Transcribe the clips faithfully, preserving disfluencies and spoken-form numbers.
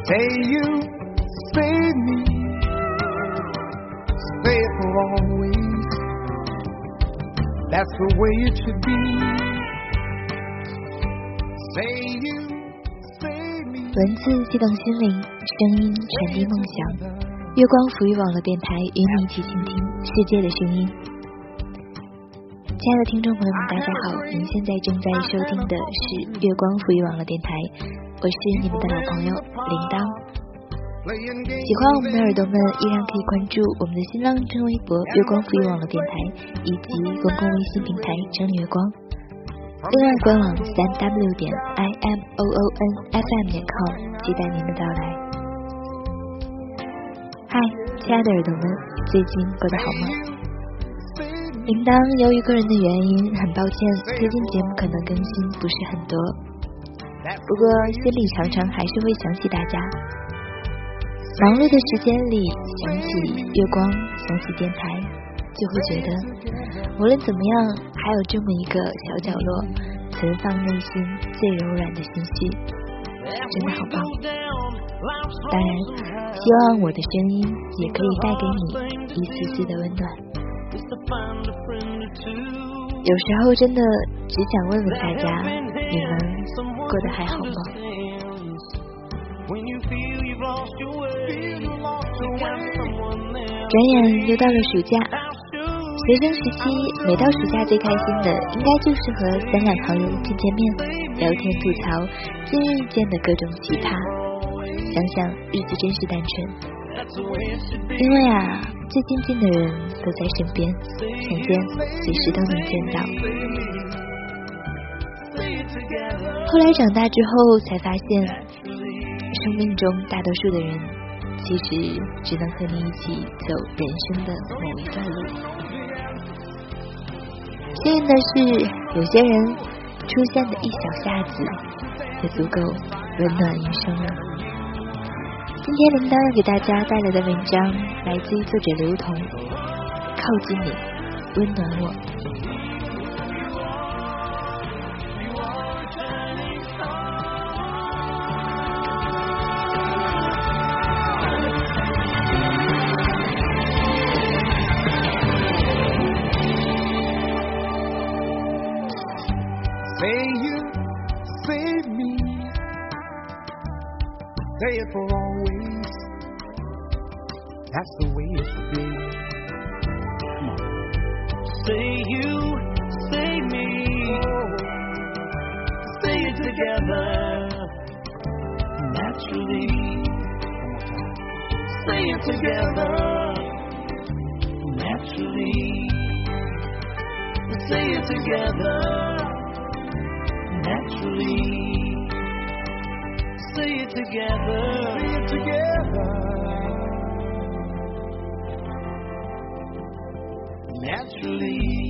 Say you, say me, stay for always. That's the way it should be. Say you, say me. 文字激动心灵，声音传递梦想。月光浮语网络电台与你一起倾听世界的声音。亲爱的听众朋友们，大家好，您现在正在收听的是月光浮语网络电台，我是你们的老朋友铃铛。喜欢我们的耳朵们依然可以关注我们的新浪微博月光浮语网络电台以及公共微信平台城里月光，另外官网三 w 点 i m o o n f m 点 com 期待您的到来。嗨，亲爱的耳朵们，最近过得好吗？铃铛由于个人的原因，很抱歉最近节目可能更新不是很多，不过心里常常还是会想起大家。忙碌的时间里想起月光，想起电台，就会觉得无论怎么样还有这么一个小角落存放内心最柔软的心绪，真的好棒。当然希望我的声音也可以带给你一丝丝的温暖。有时候真的只想问问大家，你们过得还好吗？转眼又到了暑假，学生时期每到暑假最开心的应该就是和三两好友一起见面，聊天吐槽今日遇见的各种奇葩。想想日子真是单纯，因为啊最亲近的人都在身边，想见随时都能见到。后来长大之后才发现，生命中大多数的人其实只能和你一起走人生的某一段路。幸运的是，有些人出现的一小下子也足够温暖余生了。今天铃铛要给大家带来的文章来自于作者刘同，靠近你，温暖我。 Say you, say me, say it for always. That's the way it should be. Come on. Say you, say me, say it together, naturally. Say it together, naturally. Say it together.Naturally, say it together, say it together. Naturally.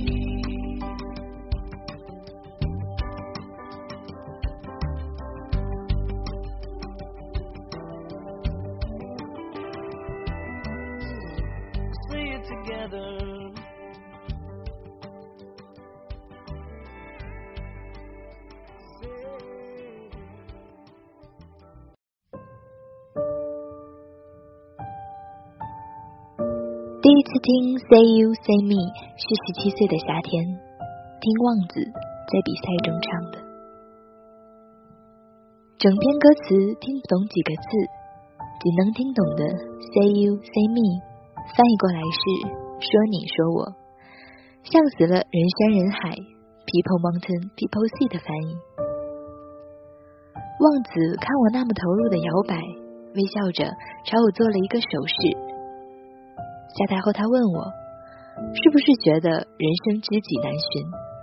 Say it together. 第一次听 Say You Say Me 是十七岁的夏天，听旺子在比赛中唱的。整篇歌词听不懂几个字，仅能听懂的 Say You Say Me 翻译过来是说你说我，像死了人山人海 People Mountain People Sea 的翻译。旺子看我那么投入的摇摆，微笑着朝我做了一个手势。下台后他问我，是不是觉得人生知己难寻？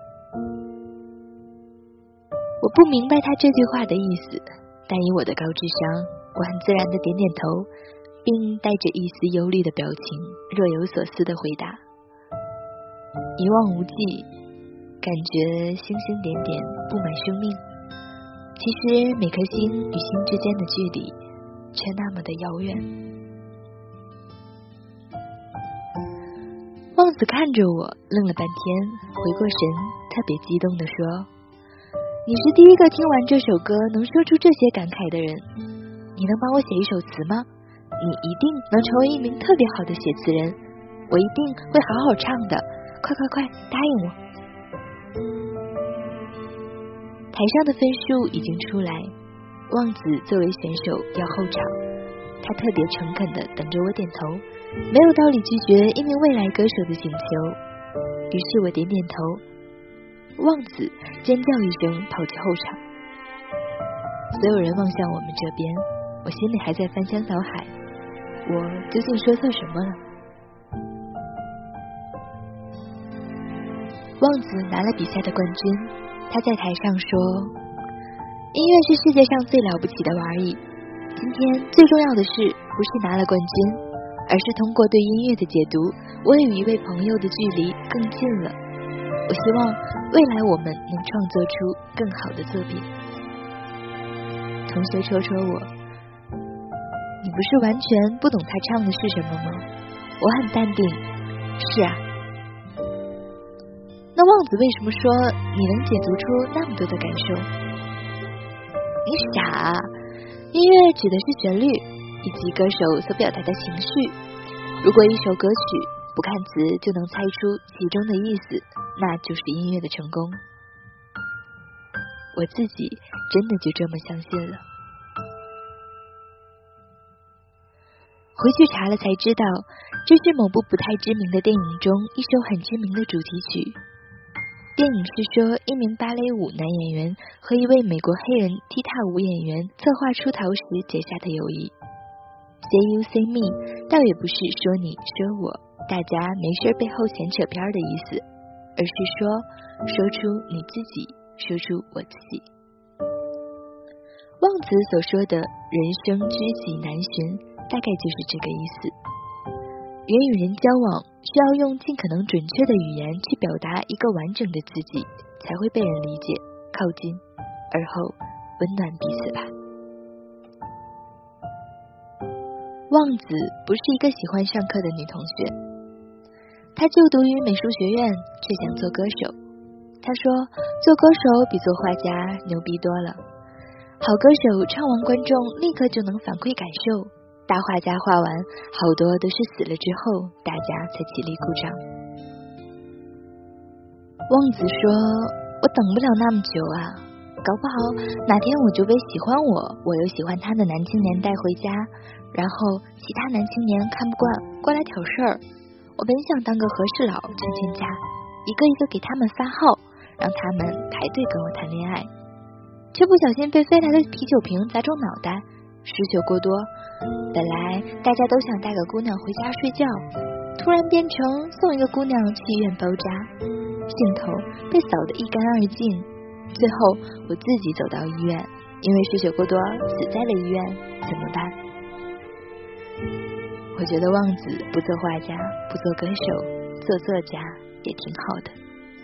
我不明白他这句话的意思，但以我的高智商，我很自然的点点头，并带着一丝忧虑的表情，若有所思的回答。一望无际，感觉星星点点布满生命，其实每颗星与星之间的距离却那么的遥远。旺子看着我愣了半天，回过神，特别激动地说，你是第一个听完这首歌能说出这些感慨的人， 你能帮我写一首词吗？你一定能成为一名特别好的写词人，我一定会好好唱的，快快快，答应我。台上的分数已经出来，旺子作为选手要候场，他特别诚恳地等着我点头，没有道理拒绝一名未来歌手的请求。于是我点点头，旺子尖叫一声跑去后场。所有人望向我们这边，我心里还在翻江倒海，我究竟说错什么了？旺子拿了比赛的冠军，他在台上说，音乐是世界上最了不起的玩意，今天最重要的事不是拿了冠军，而是通过对音乐的解读，我与一位朋友的距离更近了。我希望未来我们能创作出更好的作品。同学戳戳我，你不是完全不懂他唱的是什么吗？我很淡定，是啊。那旺子为什么说你能解读出那么多的感受？你傻啊，音乐指的是旋律以及歌手所表达的情绪，如果一首歌曲不看词就能猜出其中的意思，那就是音乐的成功。我自己真的就这么相信了。回去查了才知道，这是某部不太知名的电影中一首很知名的主题曲。电影是说一名芭蕾舞男演员和一位美国黑人踢踏舞演员策划出逃时结下的友谊。Say you say me 倒也不是说你说我，大家没事背后闲扯边的意思，而是说说出你自己，说出我自己。旺子所说的人生知己难寻，大概就是这个意思。人与人交往需要用尽可能准确的语言去表达一个完整的自己，才会被人理解、靠近，而后温暖彼此吧。旺子不是一个喜欢上课的女同学，她就读于美术学院，却想做歌手。她说，做歌手比做画家牛逼多了。好歌手唱完，观众立刻就能反馈感受。大画家画完，好多都是死了之后大家才起立鼓掌。旺子说，我等不了那么久啊，搞不好哪天我就被喜欢我我又喜欢他的男青年带回家，然后其他男青年看不惯过来挑事儿。我本想当个和事佬劝劝架，一个一个给他们发号，让他们排队跟我谈恋爱，却不小心被飞来的啤酒瓶砸中脑袋，失血过多。本来大家都想带个姑娘回家睡觉，突然变成送一个姑娘去医院包扎，兴头被扫得一干二净。最后我自己走到医院，因为失血过多死在了医院，怎么办？我觉得旺子不做画家，不做歌手，做作家也挺好的。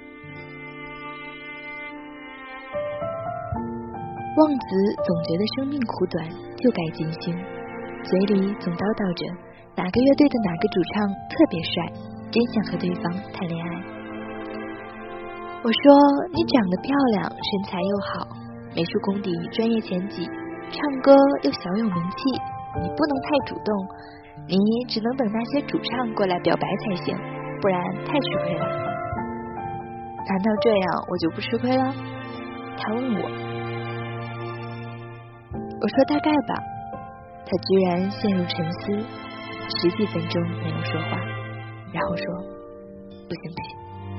旺子总觉得生命苦短，就该尽兴，嘴里总叨叨着哪个乐队的哪个主唱特别帅，真想和对方谈恋爱。我说，你长得漂亮，身材又好，美术功底专业前几，唱歌又小有名气，你不能太主动，你只能等那些主唱过来表白才行，不然太吃亏了。难道这样我就不吃亏了？他问我，我说大概吧。他居然陷入沉思，十几分钟没有说话，然后说，不行不行。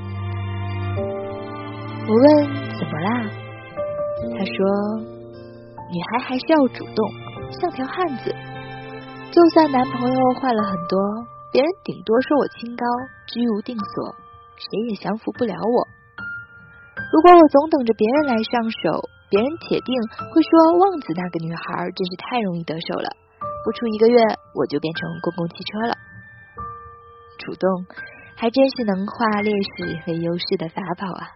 我问怎么啦？他说，女孩还是要主动，像条汉子，就算男朋友换了很多，别人顶多说我清高居无定所，谁也降服不了我。如果我总等着别人来上手，别人铁定会说旺子那个女孩真是太容易得手了，不出一个月我就变成公共汽车了。主动还真是能化劣势为优势的法宝啊。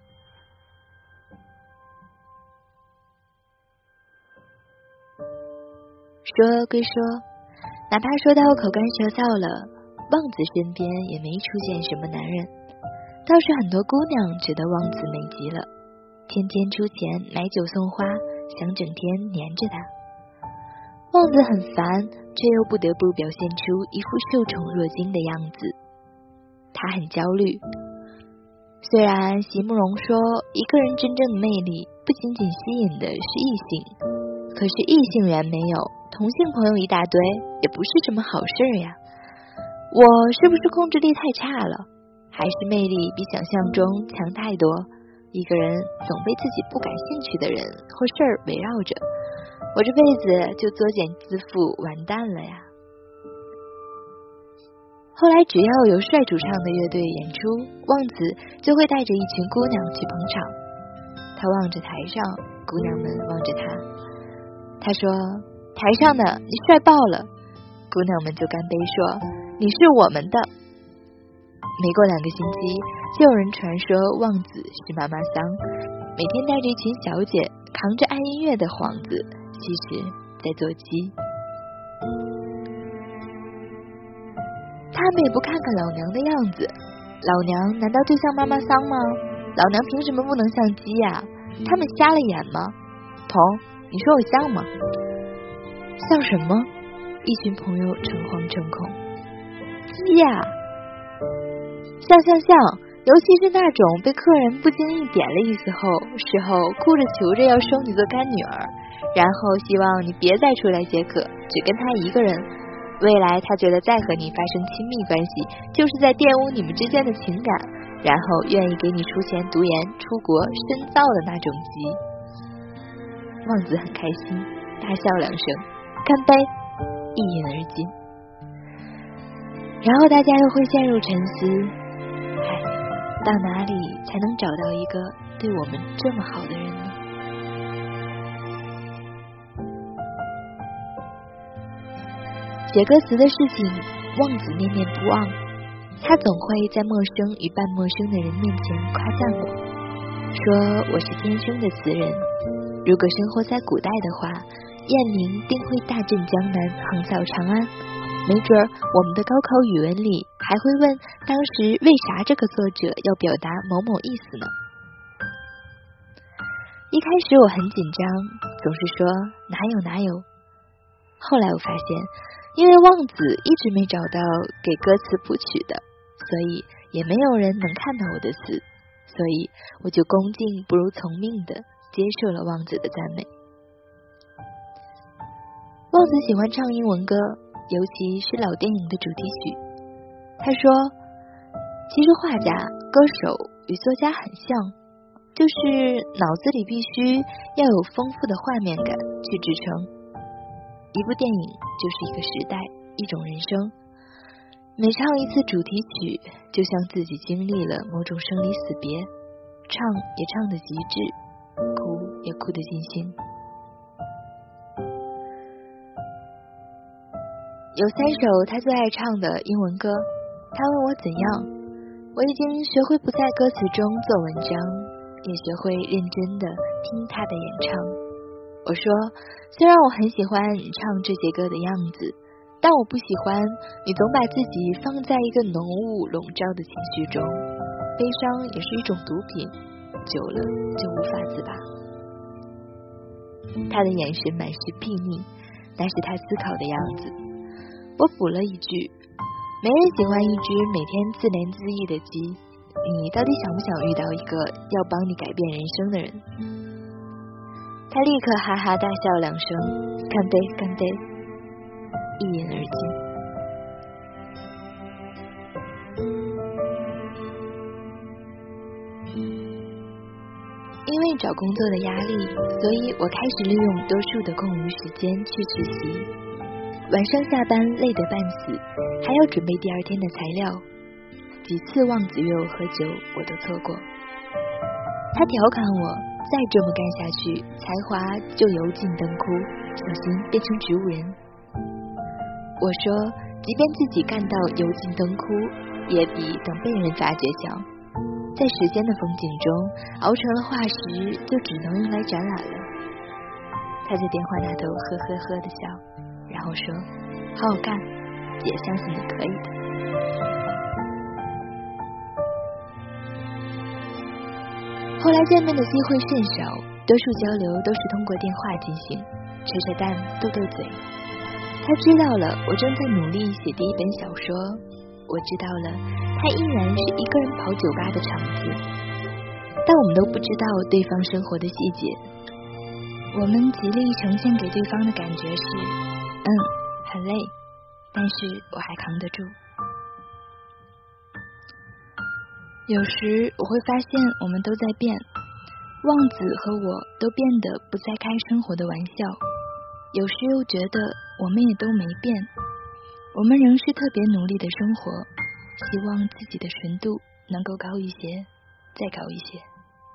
说归说，哪怕说到口干舌燥了，旺子身边也没出现什么男人，倒是很多姑娘觉得旺子美极了，天天出钱买酒送花，想整天黏着他。旺旺子很烦，却又不得不表现出一副受宠若惊的样子。他很焦虑。虽然席慕容说一个人真正的魅力不仅仅吸引的是异性，可是异性缘没有，同性朋友一大堆，也不是什么好事呀。我是不是控制力太差了？还是魅力比想象中强太多？一个人总被自己不感兴趣的人或事儿围绕着，我这辈子就作茧自缚，完蛋了呀。后来只要有帅主唱的乐队演出，旺子就会带着一群姑娘去捧场。他望着台上，姑娘们望着他。他说：台上的你帅爆了。姑娘们就干杯说：你是我们的。没过两个星期，就有人传说旺子是妈妈桑，每天带着一群小姐，扛着爱音乐的幌子，其实在做鸡。他们也不看看老娘的样子，老娘难道就像妈妈桑吗？老娘凭什么不能像鸡呀？他们瞎了眼吗？彤，你说我像吗？像什么？一群朋友诚惶诚恐。鸡呀！像像像，尤其是那种被客人不经意点了一次后，事后哭着求着要收你做干女儿，然后希望你别再出来接客，只跟他一个人。未来他觉得再和你发生亲密关系，就是在玷污你们之间的情感，然后愿意给你出钱读研、出国深造的那种鸡。旺子很开心，大笑两声，干杯，一饮而尽。然后大家又会陷入沉思，唉，到哪里才能找到一个对我们这么好的人呢？写歌词的事情，旺子念念不忘。他总会在陌生与半陌生的人面前夸赞我，说我是天生的词人。如果生活在古代的话，燕鸣定会大震江南，横扫长安。没准儿我们的高考语文里还会问，当时为啥这个作者要表达某某意思呢？一开始我很紧张，总是说哪有哪有。后来我发现，因为旺子一直没找到给歌词谱曲的，所以也没有人能看到我的词，所以我就恭敬不如从命的接受了旺子的赞美。旺子喜欢唱英文歌，尤其是老电影的主题曲。他说，其实画家、歌手与作家很像，就是脑子里必须要有丰富的画面感去支撑。一部电影就是一个时代，一种人生。每唱一次主题曲，就像自己经历了某种生离死别，唱也唱得极致，哭也哭得尽兴。有三首他最爱唱的英文歌，他问我怎样，我已经学会不在歌词中做文章，也学会认真的听他的演唱。我说，虽然我很喜欢你唱这些歌的样子，但我不喜欢你总把自己放在一个浓雾笼罩的情绪中，悲伤也是一种毒品，久了就无法自拔。他的眼神满是睥睨，那是他思考的样子。我补了一句，没人喜欢一只每天自怜自艾的鸡，你到底想不想遇到一个要帮你改变人生的人？他立刻哈哈大笑两声，干杯干杯，一饮而尽。因为找工作的压力，所以我开始利用多数的空余时间去实习。晚上下班累得半死，还要准备第二天的材料。几次旺子约我喝酒，我都错过。他调侃我，再这么干下去，才华就油尽灯枯，小心变成植物人。我说，即便自己干到油尽灯枯，也比等被人发掘强。在时间的风景中，熬成了化石，就只能用来展览了。他在电话那头呵呵呵的笑，然后说，好好干，姐相信你可以的。后来见面的机会甚少，多数交流都是通过电话进行，扯扯淡，斗斗嘴， 他知道了我正在努力写第一本小说，我知道了他依然是一个人跑酒吧的场子，但我们都不知道对方生活的细节。我们极力呈现给对方的感觉是，嗯，很累，但是我还扛得住。有时我会发现我们都在变，旺子和我都变得不再开生活的玩笑，有时又觉得我们也都没变，我们仍是特别努力的生活，希望自己的纯度能够高一些，再高一些。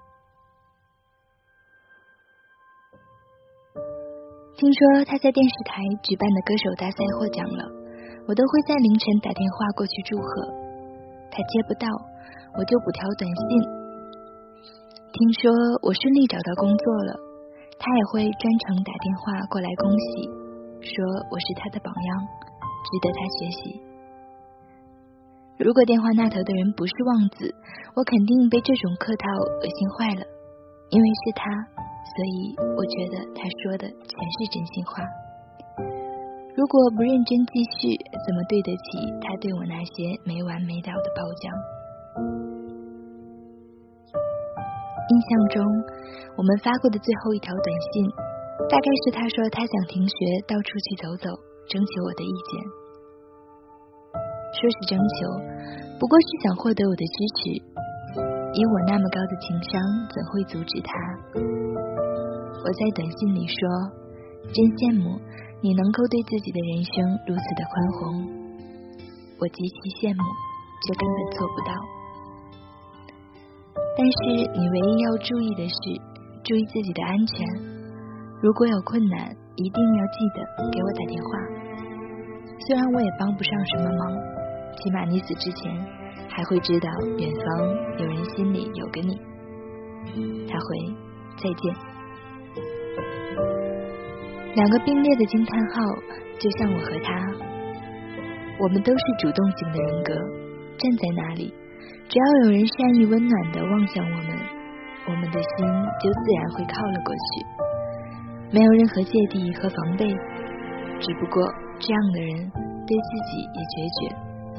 听说他在电视台举办的歌手大赛获奖了，我都会在凌晨打电话过去祝贺，他接不到我就补条短信。听说我顺利找到工作了，他也会专程打电话过来恭喜，说我是他的榜样，值得他学习。如果电话那头的人不是旺子，我肯定被这种客套恶心坏了，因为是他，所以我觉得他说的全是真心话。如果不认真继续，怎么对得起他对我那些没完没了的褒奖？印象中我们发过的最后一条短信，大概是他说他想停学到处去走走，征求我的意见。说是征求，不过是想获得我的支持，以我那么高的情商，怎会阻止他？我在短信里说，真羡慕你能够对自己的人生如此的宽宏，我极其羡慕，却根本做不到。但是你唯一要注意的是，注意自己的安全，如果有困难，一定要记得给我打电话。虽然我也帮不上什么忙，起码你死之前还会知道远方有人心里有个你。他回再见。两个并列的惊叹号，就像我和他，我们都是主动型的人格，站在那里，只要有人善意温暖地望向我们，我们的心就自然会靠了过去，没有任何芥蒂和防备，只不过这样的人对自己也决绝。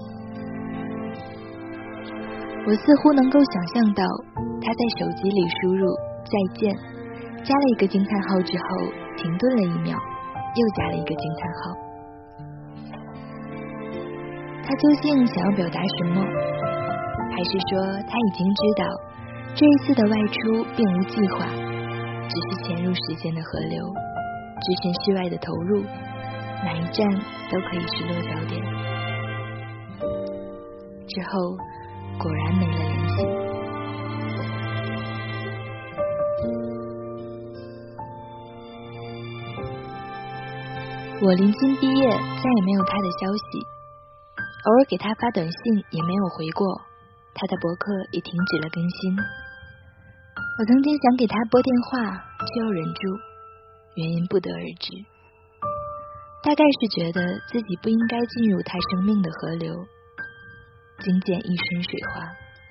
我似乎能够想象到他在手机里输入再见，加了一个惊叹号之后停顿了一秒，又加了一个惊叹号。他究竟想要表达什么？还是说他已经知道这一次的外出并无计划，只是潜入时间的河流，置身事外的投入，哪一站都可以是落脚点。之后果然没了联系。我临近毕业再也没有他的消息，偶尔给他发短信也没有回过，他的博客也停止了更新。我曾经想给他拨电话，却又忍住，原因不得而知。大概是觉得自己不应该进入他生命的河流，惊见一身水花。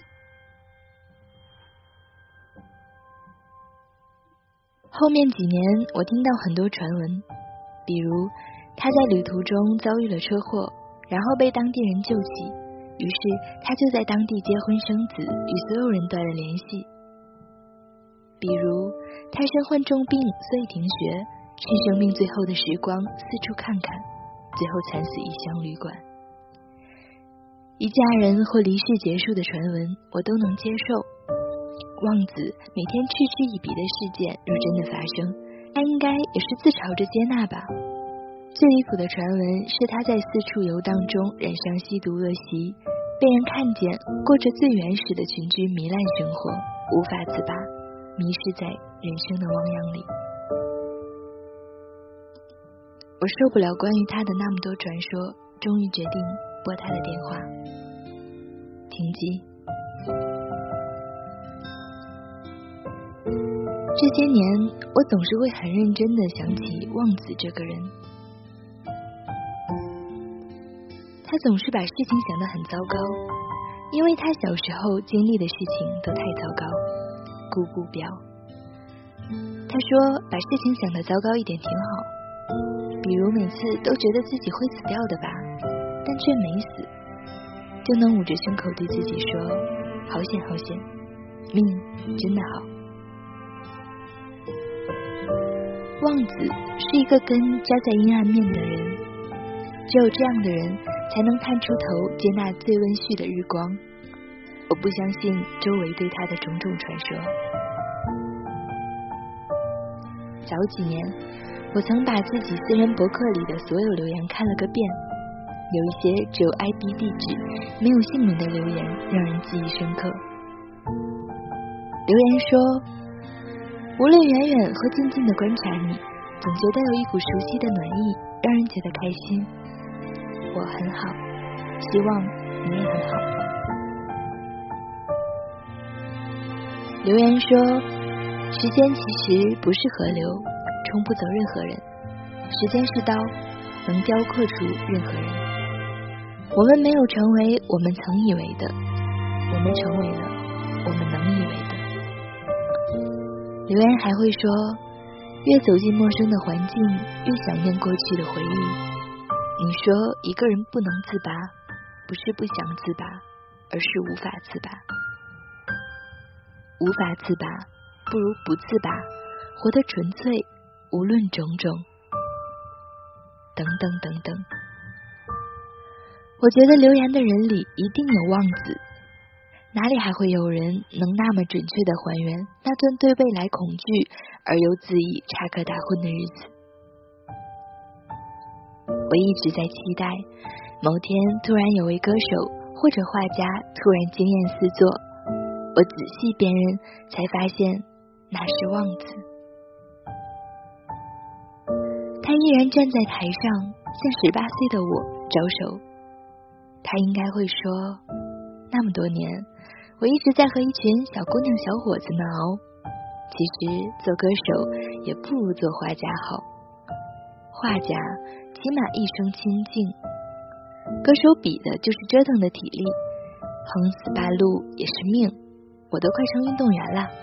后面几年我听到很多传闻，比如他在旅途中遭遇了车祸，然后被当地人救起，于是他就在当地结婚生子，与所有人断了联系。比如他身患重病，所以停学，趁生命最后的时光四处看看，最后惨死异乡旅馆。一家人或离世结束的传闻我都能接受，旺子每天嗤之以鼻的事件如真的发生，他应该也是自嘲着接纳吧。最离谱的传闻是他在四处游荡中染上吸毒恶习，被人看见，过着最原始的群居糜烂生活，无法自拔，迷失在人生的汪洋里。我受不了关于他的那么多传说，终于决定拨他的电话。停机。这些年我总是会很认真地想起旺子这个人，他总是把事情想得很糟糕，因为他小时候经历的事情都太糟糕，顾不表。他说把事情想得糟糕一点挺好， 比如每次都觉得自己会死掉的吧，但却没死，就能捂着胸口对自己说，好险好险，命真的好。望子是一个根扎在阴暗面的人，只有这样的人才能探出头接纳最温煦的日光。我不相信周围对他的种种传说。早几年我曾把自己私人博客里的所有留言看了个遍，有一些只有 I P 地址没有姓名的留言让人记忆深刻。留言说，无论远远或近近的观察你，总觉得有一股熟悉的暖意，让人觉得开心。我很好，希望你也很好。留言说，时间其实不是河流，冲不走任何人，时间是刀，能雕刻出任何人。我们没有成为我们曾以为的，我们成为了我们能以为的。留言还会说，越走进陌生的环境，越想念过去的回忆。你说一个人不能自拔，不是不想自拔，而是无法自拔。无法自拔，不如不自拔，活得纯粹，无论种种，等等等等。我觉得留言的人里一定有望子，哪里还会有人能那么准确地还原那段对未来恐惧而又恣意插科打诨的日子。我一直在期待某天突然有位歌手或者画家突然惊艳四座，我仔细辨认才发现那是望子。他依然站在台上向十八岁的我招手，他应该会说，那么多年我一直在和一群小姑娘小伙子们熬，其实做歌手也不如做画家好，画家起码一生清静，歌手比的就是折腾的体力，横死半路也是命，我都快成运动员了。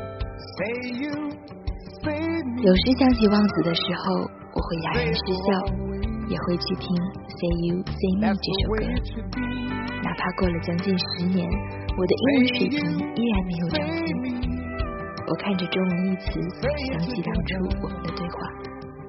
有时想起望子的时候，我会哑然失笑，也会去听 Say You Say Me 这首歌，哪怕过了将近十年，我的英文水平依然没有长进。我看着中文一词，想起当初我们的对话。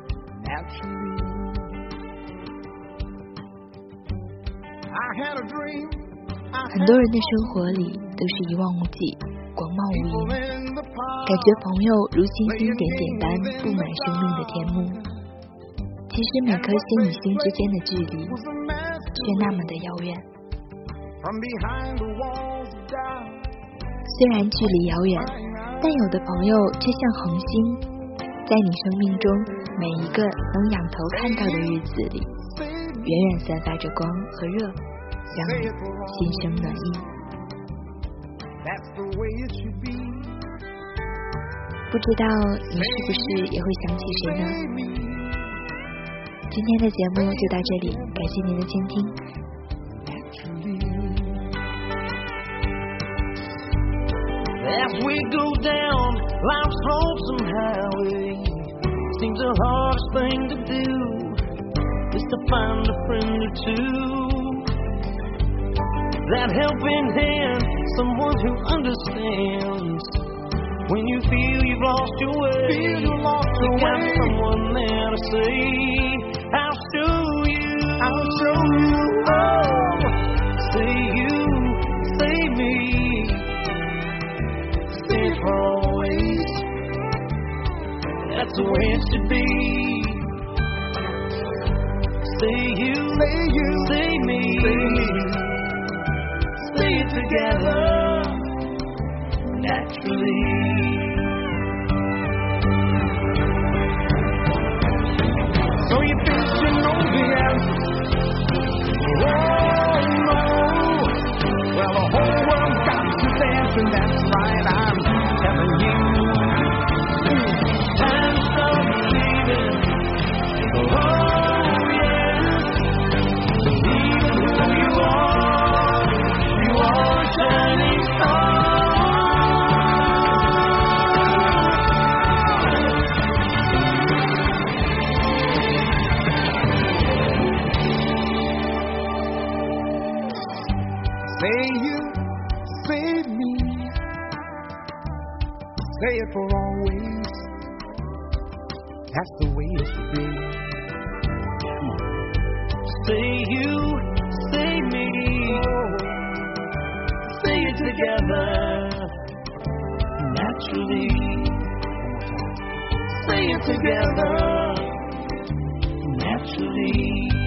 很多人的生活里都是一望无际，广袤无垠，感觉朋友如星星点点般布满生命的天幕。其实每颗星与星之间的距离却那么的遥远。虽然距离遥远，但有的朋友却像恒星，在你生命中每一个能仰头看到的日子里，远远散发着光和热，让你心生暖意。不知道你是不是也会想起谁呢？今天的节目就到这里，感谢您的倾听。 As we go down life's lonesome highway, seems the hardest thing to do is to find a friend or two. That helping hand, someone who understands when you feel you've lost your way. Feel you lost your way. Got someone there to say, I'll show you. I'll show you. Oh, say you, say me, stay for always. That's the way it should be. Say you, say you, say me, say me. Stay together naturally. So you think you know the answer? Oh no. Well, the whole world got to dance, and that's right, I'm telling you. Time stops leaving. Oh yeah. Believe in who you are. You are a shining star. say it for always. That's the way it should be. Say you, say me, say it together, naturally. Say it together, naturally.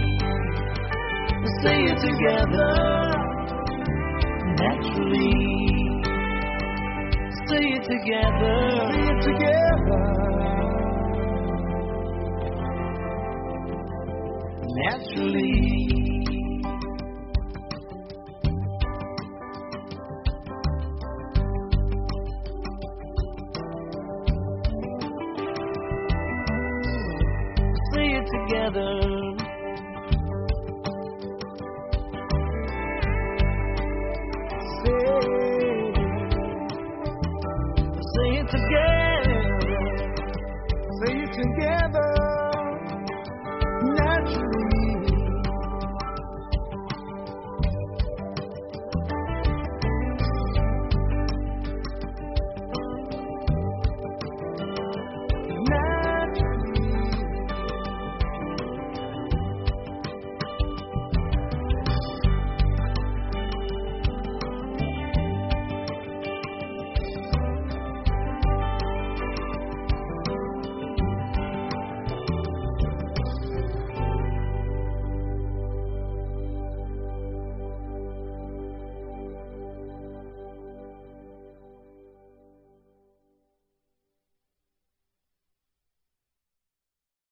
Say it together, naturally. Say it together, say it together, naturally. Say it together. say, say it together. say it together.